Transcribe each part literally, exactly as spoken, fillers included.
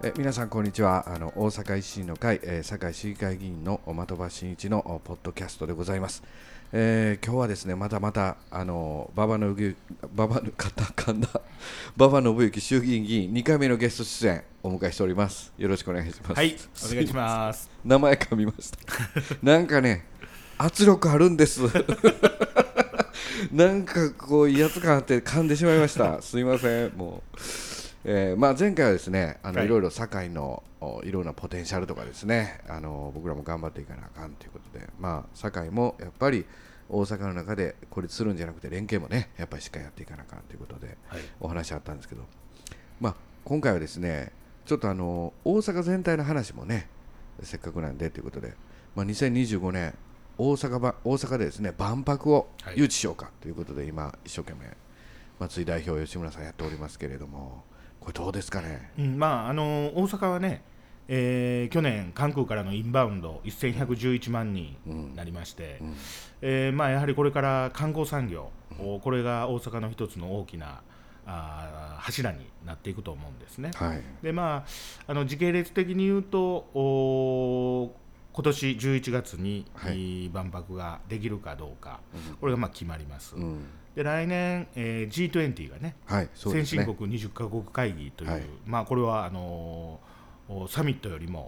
え皆さんこんにちは。あの大阪維新の会、えー、堺市議会議員の的場真一のポッドキャストでございます。えー、今日はですねまたまたあの馬場の馬場の方かんだ馬場信之衆議院議員にかいめのゲスト出演お迎えしております。よろしくお願いします。 はい、お願いします。 名前噛みましたなんかね圧力あるんですなんかこう威圧感あって噛んでしまいましたすいません。もうえーまあ、前回はですねあの、はい、いろいろ堺のいろんなポテンシャルとかですねあの僕らも頑張っていかなあかんということで、まあ、堺もやっぱり大阪の中で孤立するんじゃなくて連携もねやっぱりしっかりやっていかなあかんということで、はい、お話あったんですけど、まあ、今回はですねちょっとあの大阪全体の話もねせっかくなんでということで、まあ、にせんにじゅうごねん大阪ば大阪でですね万博を誘致しようかということで、はい、今一生懸命松井代表吉村さんやっておりますけれどもこれどうですかね。 うんまあ、あの大阪はね、えー、去年関空からのインバウンドせんひゃくじゅういちまんにんになりまして、うんうんえーまあ、やはりこれから観光産業、うん、これが大阪の一つの大きなあ柱になっていくと思うんですね、はいでまあ、あの時系列的に言うとお今年じゅういちがつに、はい、万博ができるかどうか、うん、これがまあ決まります、うんで来年、えー、ジートゥエンティー がね、はいそうですね、先進国にじゅっかこく会議という、はいまあ、これはあのー、サミットよりも、うん、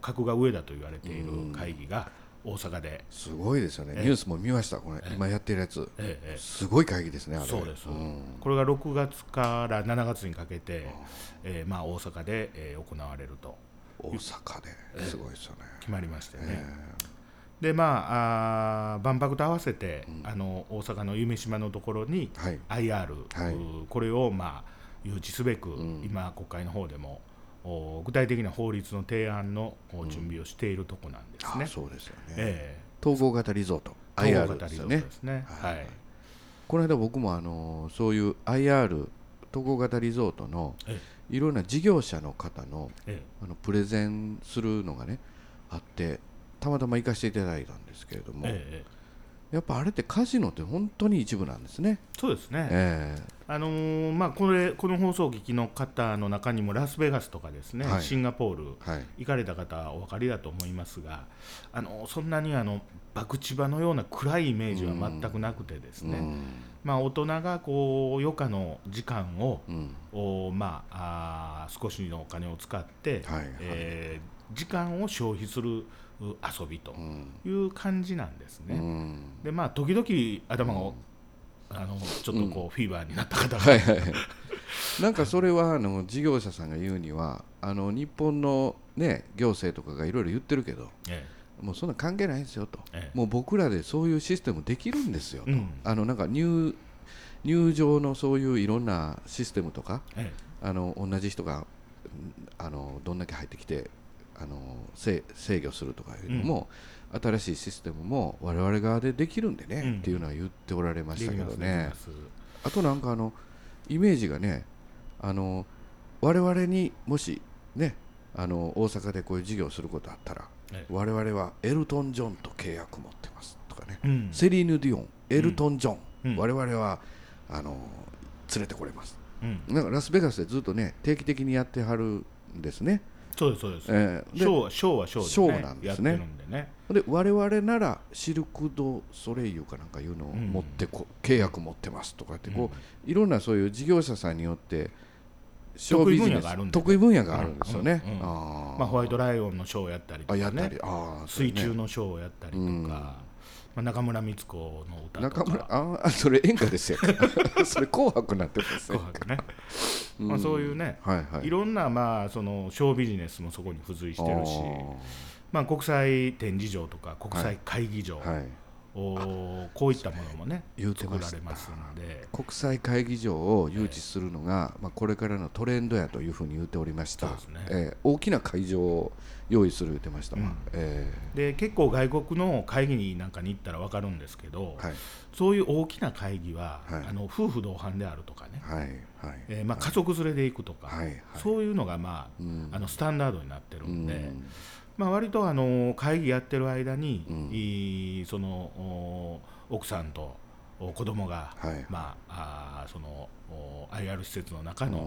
格が上だと言われている会議が大阪で、 うん、すごいですよね、えー、ニュースも見ましたこれ、えー、今やってるやつ、えー、すごい会議ですねあれ。 そうです、うん、これがろくがつからしちがつにかけて、えーまあ、大阪で、えー、行われると。 大阪ですごいですよね、 えー、決まりましてね、えーでまあ、あ万博と合わせて、うん、あの大阪の夢洲のところに アイアール、はい、これを、まあ、誘致すべく、うん、今国会の方でも具体的な法律の提案の準備をしているところなんですね、うん、 そうですよね、えー、統合型リゾート アイアール ですよね。ですね、はいはい、この間僕もあのそういう アイアール 統合型リゾートのいろんな事業者の方 の,、ええ、あのプレゼンするのがねあってたまたま行かせていただいたんですけれども、ええ、やっぱあれってカジノって本当に一部なんですね。 そうですね、えーあのーまあ、これこの放送を聞きの方の中にもラスベガスとかですね、はい、シンガポール、はい、行かれた方はお分かりだと思いますが、あのそんなにあの博打場のような暗いイメージは全くなくてですね、まあ、大人がこう余暇の時間を、うんおまあ、あ少しのお金を使って、はいはいえー、時間を消費する遊びという感じなんですね、うん、でまあ時々頭が、うん、あのちょっとこうフィーバーになった方が、はいはい、 なんかそれはあの事業者さんが言うにはあの日本の、ね、行政とかがいろいろ言ってるけど、ええ、もうそんな関係ないんですよと、ええ、もう僕らでそういうシステムできるんですよと、うん、あのなんか 入, 入場のそういういろんなシステムとか、ええ、あの同じ人があのどんだけ入ってきてあの制御するとかいうのも、うん、新しいシステムも我々側でできるんでね、うん、っていうのは言っておられましたけどね。あとなんかあのイメージがねあの我々にもしねあの大阪でこういう事業をすることあったら、ええ、我々はエルトン・ジョンと契約持ってますとかね、うん、セリーヌ・ディオン、エルトン・ジョン、うん、我々はあの連れてこれます、うん、なんかラスベガスでずっとね定期的にやってはるんですね。 そうですそうです、えー、ショーはショーはショーで、ね、 ショーなんですね。 やってるんでね。 で我々ならシルク・ド・ソレイユかなんかいうのを持ってこ、うん、契約持ってますとかってこう、うん、いろんなそういう事業者さんによってショービジネス得意分野があるんですよね。 まあ、ホワイトライオンのショーをやったりとか、ね、あやったりあ水中のショーをやったりとか、うんまあ、中村光子の歌とか中村あそれ演歌ですよそれ紅白になってますね。紅白ねまあ、そういうね、はいはい、いろんな、まあ、そのショービジネスもそこに付随してるし、まあ、国際展示場とか国際会議場、はいはい、おこういったものもね作られますので国際会議場を誘致するのが、えーまあ、これからのトレンドやというふうに言っておりました。そうですね、えー、大きな会場を用意する言ってました、うんえー、で結構外国の会議なんかに行ったら分かるんですけど、はい、そういう大きな会議は、はい、あの夫婦同伴であるとかね、はいはいえーまあ、家族連れで行くとか、はいはい、そういうのが、まあうん、あのスタンダードになってるんで、うんまあ、割とあの会議やってる間に、うん、いその奥さんと子供が、はいまあ、あその アイアール 施設の中の、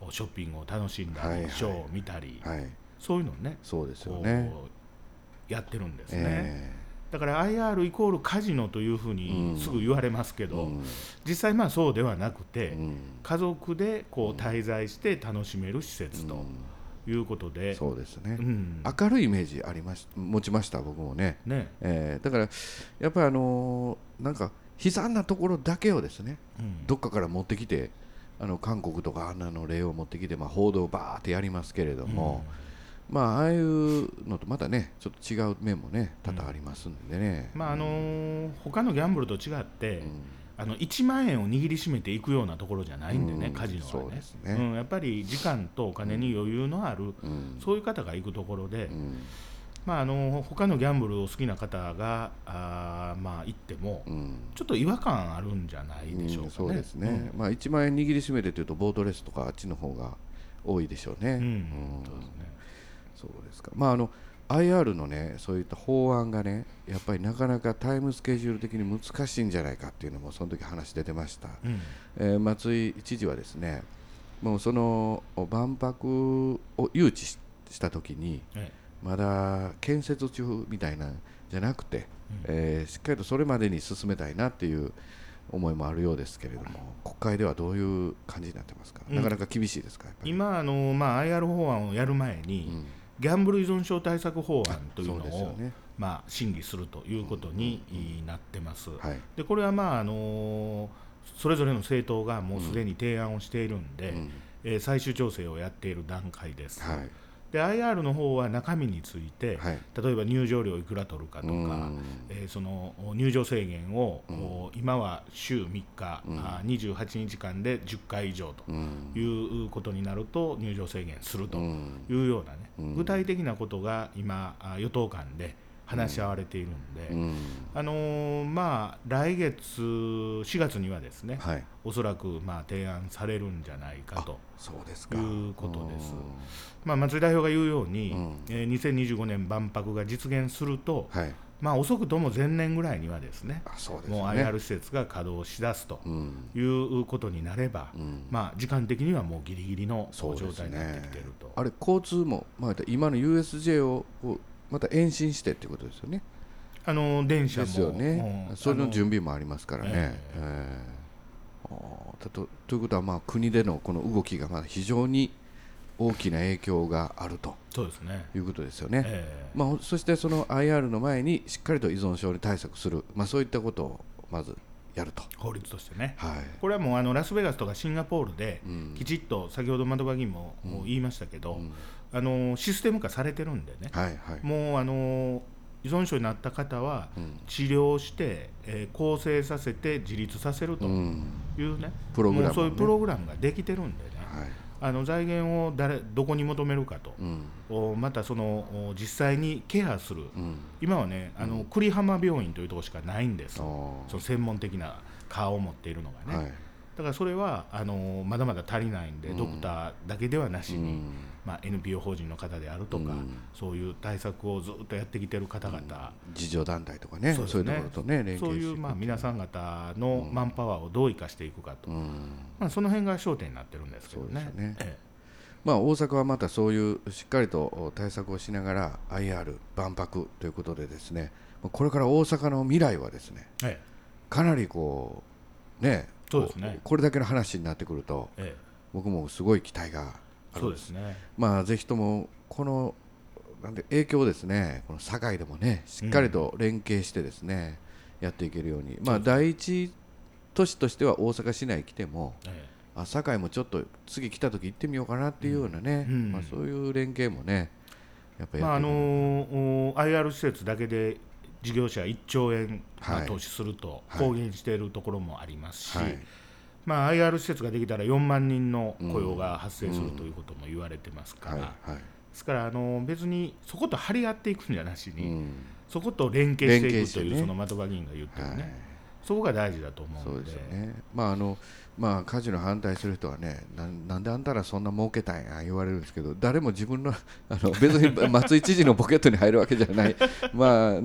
ショッピングを楽しんだり、はいはい、ショーを見たり、はい、そういうのをね、 そうですよね、 やってるんですね、えー、だから アイアール イコールカジノというふうにすぐ言われますけど、うん、実際まあそうではなくて、うん、家族でこう滞在して楽しめる施設ということで、うん、 そうですね、うん、明るいイメージありまし持ちました僕も ね, ね、えー、だからやっぱりあのー、なんか悲惨なところだけをですね、うん、どっかから持ってきて、あの韓国とかあんなの例を持ってきて、まあ、報道をバーってやりますけれども、うん、まあ、ああいうのとまたねちょっと違う面もね多々ありますんでね、 うん、まああのー、他のギャンブルと違って、うん、あのいちまんえんを握りしめていくようなところじゃないんでね、うん、カジノはね、そうですね、うん、やっぱり時間とお金に余裕のある、うん、そういう方が行くところで、うん、まあ、あの他のギャンブルを好きな方があ、まあ、行っても、うん、ちょっと違和感あるんじゃないでしょうかね、うん、 そうですね、うん、まあ、いちまんえん握りしめてというとボートレースとかあっちの方が多いでしょうね、うんうん、そうですね、そうですか、まあ、あの アイアール のねそういった法案がねやっぱりなかなかタイムスケジュール的に難しいんじゃないかっていうのもその時話出てました、うん、えー、松井知事はですねもうその万博を誘致した時に、はい、まだ建設中みたいなんじゃなくて、うん、えー、しっかりとそれまでに進めたいなっていう思いもあるようですけれども、国会ではどういう感じになってますか、うん、なかなか厳しいですか、やっぱり今あの、まあ、アイアール 法案をやる前に、うん、ギャンブル依存症対策法案というのを、ね、まあ、審議するということになってます、うんうんうん、はい、でこれは、まああのそれぞれの政党がもうすでに提案をしているんで、うん、えー、最終調整をやっている段階です、はい、で アイアール の方は中身について、はい、例えば入場料いくら取るかとか、えー、その入場制限を、うん、今は週みっか、うん、にじゅうはちにちかんでじゅっかい以上ということになると入場制限するというようなね、うん、具体的なことが今与党間で話し合われているんで、うん、あのー、まあ来月しがつにはですね、はい、おそらくまあ提案されるんじゃないかということです。まあ、松井代表が言うように、うん、えー、にせんにじゅうごねん万博が実現すると、はい、まあ、遅くとも前年ぐらいにはですね、あ、そうですね、もう アイアール 施設が稼働しだすということになれば、うん、まあ、時間的にはもうギリギリの状態になってきていると、ね、 あれ交通も、まあ、今の ユーエスジェー をまた延伸してってことですよね。 あの電車もですよね、うん、それの準備もありますからね、えーえー、と, ということは、まあ、国でのこの動きがまだ非常に大きな影響があるとそうですね、 いうことですよね、えーまあ、そしてその アイアール の前にしっかりと依存症に対策する、まあ、そういったことをまずやると法律としてね、はい、これはもうあのラスベガスとかシンガポールできちっと、先ほど的場議員も言いましたけど、うん、あのシステム化されてるんでね、はいはい、もうあの依存症になった方は治療して、えー、更生させて自立させるというね、うん、プログラムね、もうそういうプログラムができてるんでね、はい、あの財源を誰どこに求めるかと、うん、またその実際にケアする、うん、今はねあの、うん、久里浜病院というところしかないんです、その専門的な顔を持っているのがね、はい、だからそれはあのまだまだ足りないんで、うん、ドクターだけではなしに、うん、まあ、エヌピーオー 法人の方であるとか、うん、そういう対策をずっとやってきている方々、うん、 自助団体とかね、そうですね、そういうところとね連携して、 そういうまあ皆さん方のマンパワーをどう生かしていくかと、うん、まあ、その辺が焦点になってるんですけどね。そうですね、ええ、 まあ、大阪はまたそういうしっかりと対策をしながら アイアール 万博ということでですね、これから大阪の未来はですね、ええ、かなりこうね、そうですね、これだけの話になってくると、ええ、僕もすごい期待があるんです。そうですね、まあ、ぜひともこのなんで影響をですね、この堺でもねしっかりと連携してですね、うん、やっていけるように、まあ、第一都市としては大阪市内来ても、ええ、あ堺もちょっと次来た時行ってみようかなっていうようなね、うんうん、まあ、そういう連携もねやっぱりやっていく、まあ、あのー、アイアール 施設だけで事業者いっちょうえん、まあ、投資すると公言しているところもありますし、はい、まあ、アイアール 施設ができたらよんまんにんの雇用が発生するということも言われてますから、うんうん、はいはい、ですからあの別にそこと張り合っていくんじゃなしに、うん、そこと連携していくという、ね、その的場議員が言ってるね、はい、そこが大事だと思うので、そうですよね、 まああのまあ、カジノ反対する人はね な, なんであんたらそんな儲けたんや言われるんですけど、誰も自分 の, あの別に松井知事のポケットに入るわけじゃないまあね、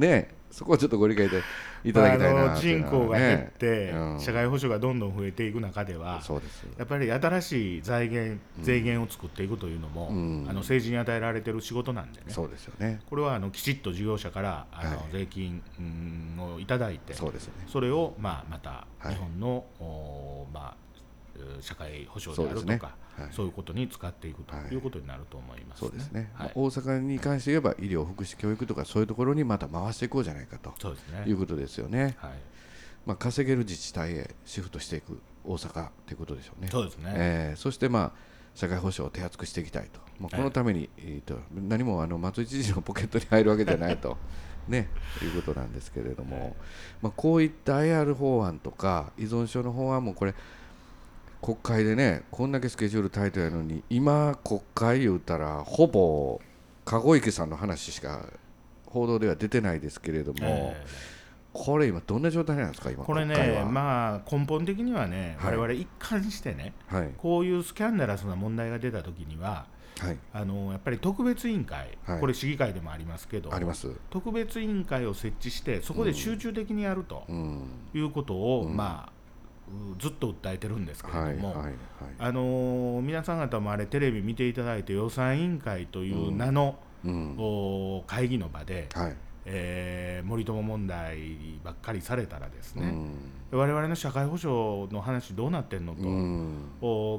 そこはちょっとご理解でいただきたいな、 まあ、あの人口が減って、 ねうん、 社会保障がどんどん増えていく中では、 そうですやっぱり新しい財源、税源を作っていくというのも、うん、あの政治に与えられている仕事なんでね、 そうですよね。 これはあのきちっと事業者からあの、はい、税金、うん、をいただいて、そうですね、それを、まあ、また日本の、はい、まあ、社会保障であるとか、そうですね、はい、そういうことに使っていくということになると思います、ね。そうですね、はい、大阪に関して言えば医療、福祉、教育とかそういうところにまた回していこうじゃないかと、そうですね、いうことですよね。はい、まあ、稼げる自治体へシフトしていく大阪ということでしょうね。そうですね、えー、そして、まあ、社会保障を手厚くしていきたいと、まあ、このために、えー、と何もあの松井知事のポケットに入るわけじゃないと、ね、いうことなんですけれども、まあ、こういった アイアール 法案とか依存症の法案もこれ国会でね、こんだけスケジュールタイトやのに、今国会言うたらほぼ籠池さんの話しか報道では出てないですけれども、えー、これ今どんな状態なんですか今これね、まあ、根本的にはね、はい、我々一貫してね、はい、こういうスキャンダラスな問題が出た時には、はい、あのやっぱり特別委員会、はい、これ市議会でもありますけど、あります。特別委員会を設置してそこで集中的にやるということを、うん、まあずっと訴えてるんですけれども、はいはいはい、あのー、皆さん方もあれテレビ見ていただいて予算委員会という名の、うんうん、会議の場で、はい、えー、森友問題ばっかりされたらですね、うん、我々の社会保障の話どうなってんのと、うん、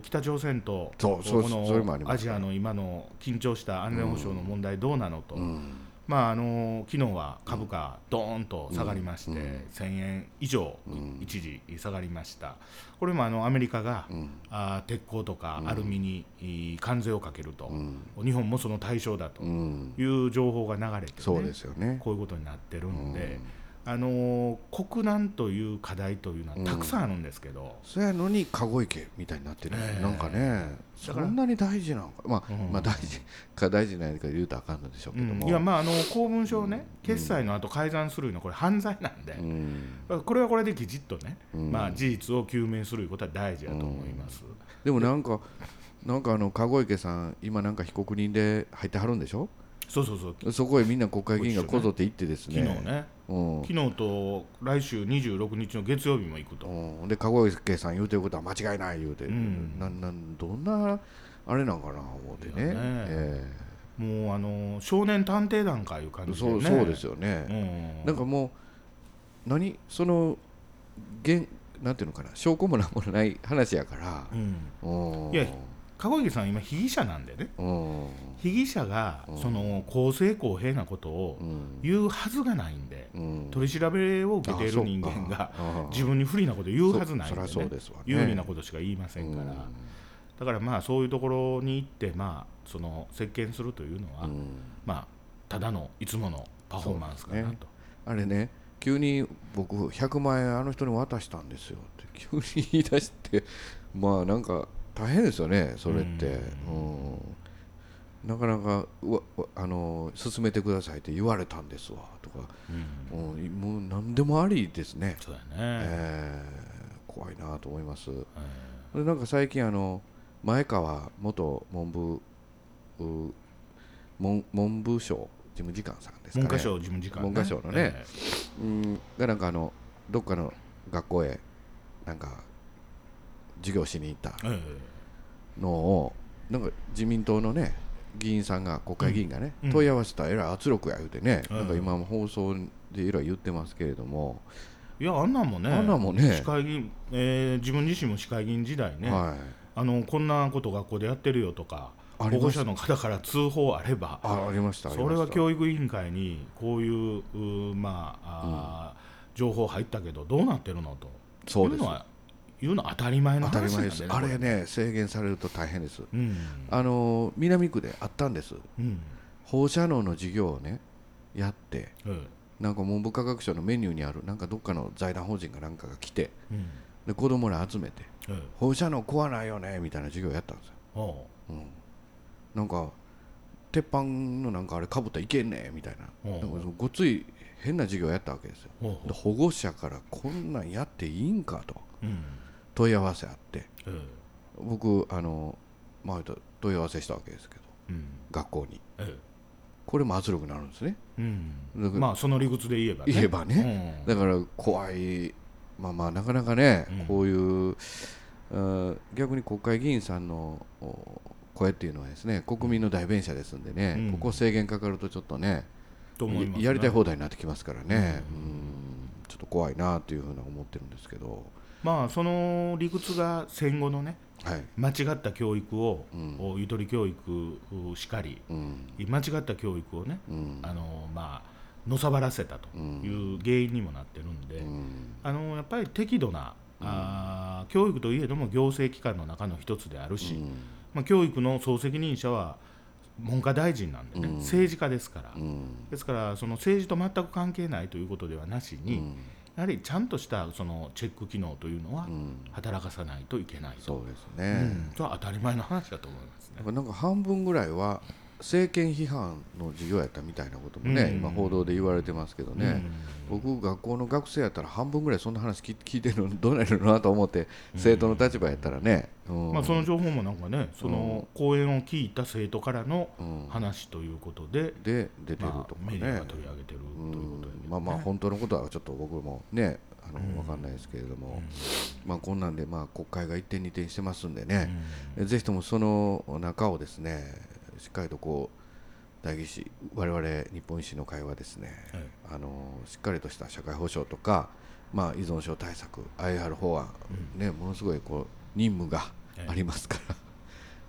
北朝鮮とこのアジアの今の緊張した安全保障の問題どうなのと、うん、まあ、あの昨日は株価ドーンと下がりまして、うん、せんえん以上一時下がりました。これもあのアメリカが、うん、あ鉄鋼とかアルミに関税をかけると、うん、日本もその対象だという情報が流れて、ね、そうですよね、こういうことになってるんで、うん、あの国難という課題というのはたくさんあるんですけど、うん、 そうやのに籠池みたいになってる、えー、なんかねそんなに大事なのか、まあ、うん、まあ大事か大事ないか言うとあかんのでしょうけども、 うん、いやまああの公文書をね、うん、決済の後改ざんするのはこれ犯罪なんで、うん、これはこれできちっとね、うん、まあ、事実を究明することは大事だと思います、うん、 でもなんかなんかあの籠池さん今なんか被告人で入ってはるんでしょ。 そうそうそう、 そこへみんな国会議員がこぞって行ってですね、 昨日ね、うん、昨日と来週にじゅうろくにちの月曜日も行くと、 うん、で籠池さん言うてることは間違いない言うて、うん、ななどんなあれなんかな思ってね、えー、もうあの少年探偵団かいう感じでね、 そう、そうですよね、うん、なんかもう何その現なんていうのかな、証拠もなんもない話やから、 うん、いや籠池さん今被疑者なんでね、被疑者がその公正公平なことを言うはずがないんで、取り調べを受けている人間が自分に不利なことを言うはずないんでね、有利なことしか言いませんから、だからまあそういうところに行ってまあその接見するというのはまあただのいつものパフォーマンスかなと。 あれね、急に僕ひゃくまんえんあの人に渡したんですよって急に言い出して、まあなんか大変ですよねそれって、うん、なかなかうわあの進めてくださいって言われたんですわとか、うんうん、もう何でもありですね。そうだね、えー、怖いなと思います、えー、でなんか最近あの前川元文部文文部省事務次官さんですかね、 文科省事務次官、ね、 文科省のね、えー、うんがなんかあのどっかの学校へなんか授業しに行ったのを、なんか自民党のね議員さんが国会議員がね、うん、問い合わせたらえらい圧力や言うてね、うん、なんか今も放送でえらい言ってますけれども、 いやあんなんもね、 あんなんもね、 市会議員、えー、自分自身も市会議員時代ね、はい、あのこんなこと学校でやってるよとか保護者の方から通報あれば、 あありました、 それは教育委員会にこういう、うまあ、あ、うん、情報入ったけどどうなってるのと、そうですいうのは言うの当たり前の話なんで、ね、当たり前です。 あれね制限されると大変です、うん、あの南区であったんです、うん、放射能の授業をねやって、うん、なんか文部科学省のメニューにあるなんかどっかの財団法人かなんかが来て、うん、で子供ら集めて、うん、放射能食わないよねみたいな授業やったんですよ、うん、なんか鉄板のなんかあれかぶったらいけんねみたいな、なんかごっつい変な授業やったわけですよ。で保護者からこんなんやっていいんかと、うん問い合わせあって、うん、僕あの、まあ、問い合わせしたわけですけど、うん、学校に、うん、 これも圧力になるんですね、 うん、まあその理屈で言えばね言えばね、うん、だから怖い、まあまあなかなかね、うん、こういう逆に国会議員さんの声っていうのはですね国民の代弁者ですんでね、うん、ここ制限かかるとちょっとね、と思いますね、やりたい放題になってきますからね、うん、うん、ちょっと怖いなというふうな思ってるんですけど、 まあその理屈が戦後のね、はい、間違った教育を、うん、ゆとり教育しかり、うん、間違った教育をね、うん、あのまあのさばらせたという原因にもなってるんで、うん、あのやっぱり適度な、うん、あ教育といえども行政機関の中の一つであるし、うん、まあ、教育の総責任者は文科大臣なんでね、うん、政治家ですから、うん、ですからその政治と全く関係ないということではなしに、うん、やはりちゃんとしたそのチェック機能というのは働かさないといけないと、 うん、そうですね、 うん、それは当たり前の話だと思いますね。 なんか半分ぐらいは政権批判の授業やったみたいなこともね、うん、今報道で言われてますけどね、うん、僕学校の学生やったら半分ぐらいそんな話聞いてるのどうなるのなと思って生徒の立場やったらね、 うんまあ、その情報もなんかねその講演を聞いた生徒からの話ということで、 うん、で出てるとかね、まあ、 メディアが取り上げてるということで、ね、 まあまあ本当のことはちょっと僕もねあの分かんないですけれども、まあ、こんなんでまあ国会が一転二転してますんでね、ぜひともその中をですねしっかりとこう代議士我々日本維新の会はですね、はい、あのしっかりとした社会保障とか、まあ、依存症対策 アイアール 法案、うんね、ものすごいこう任務がありますから、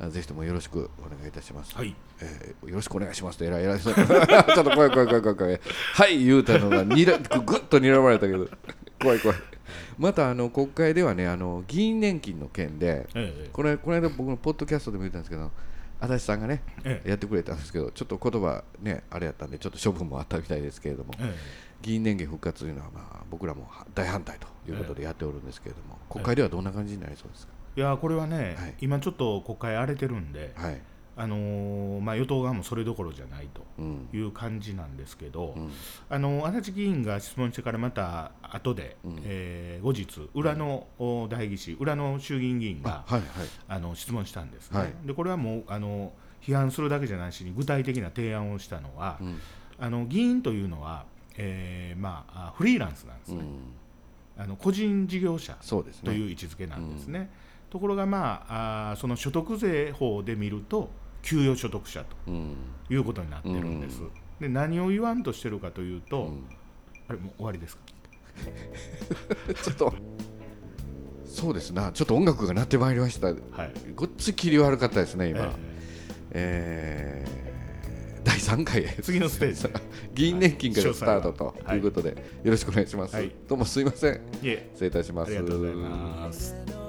はい、ぜひともよろしくお願いいたします、はい、えー、よろしくお願いしますとえらいえらいちょっと怖い怖い怖い怖い怖い怖いはい言うたのがにらぐっと睨まれたけど怖い怖い。またあの国会ではねあの議員年金の件で、ええ、これこの間僕のポッドキャストでも言ったんですけど足立さんがね、ええ、やってくれたんですけどちょっと言葉ねあれやったんでちょっと処分もあったみたいですけれども、ええ、議員年金復活というのはまあ僕らも大反対ということでやっておるんですけれども、ええ、国会ではどんな感じになりそうですか。 いやこれはね、はい、今ちょっと国会荒れてるんで、はい、あのーまあ、与党側もそれどころじゃないという感じなんですけど、うん、あの足立議員が質問してからまた後で、うん、えー、後日裏の代議士裏の衆議院議員が、はいはい、あの質問したんですね、はい、でこれはもうあの批判するだけじゃないし具体的な提案をしたのは、うん、あの議員というのは、えーまあ、フリーランスなんですね、うん、あの個人事業者という位置づけなんですね。ところが、まあ、あその所得税法で見ると給与所得者ということになってるんです、うん、で何を言わんとしてるかというと、うん、あれもう終わりですかちょっとそうですなちょっと音楽が鳴ってまいりました、はい、ごっつ切り悪かったですね今、えーえー、だいさんかい次のステージ議員年金からスタートということで、はい、よろしくお願いします、はい、どうもすいません、いえ失礼いたします。 ありがとうございます。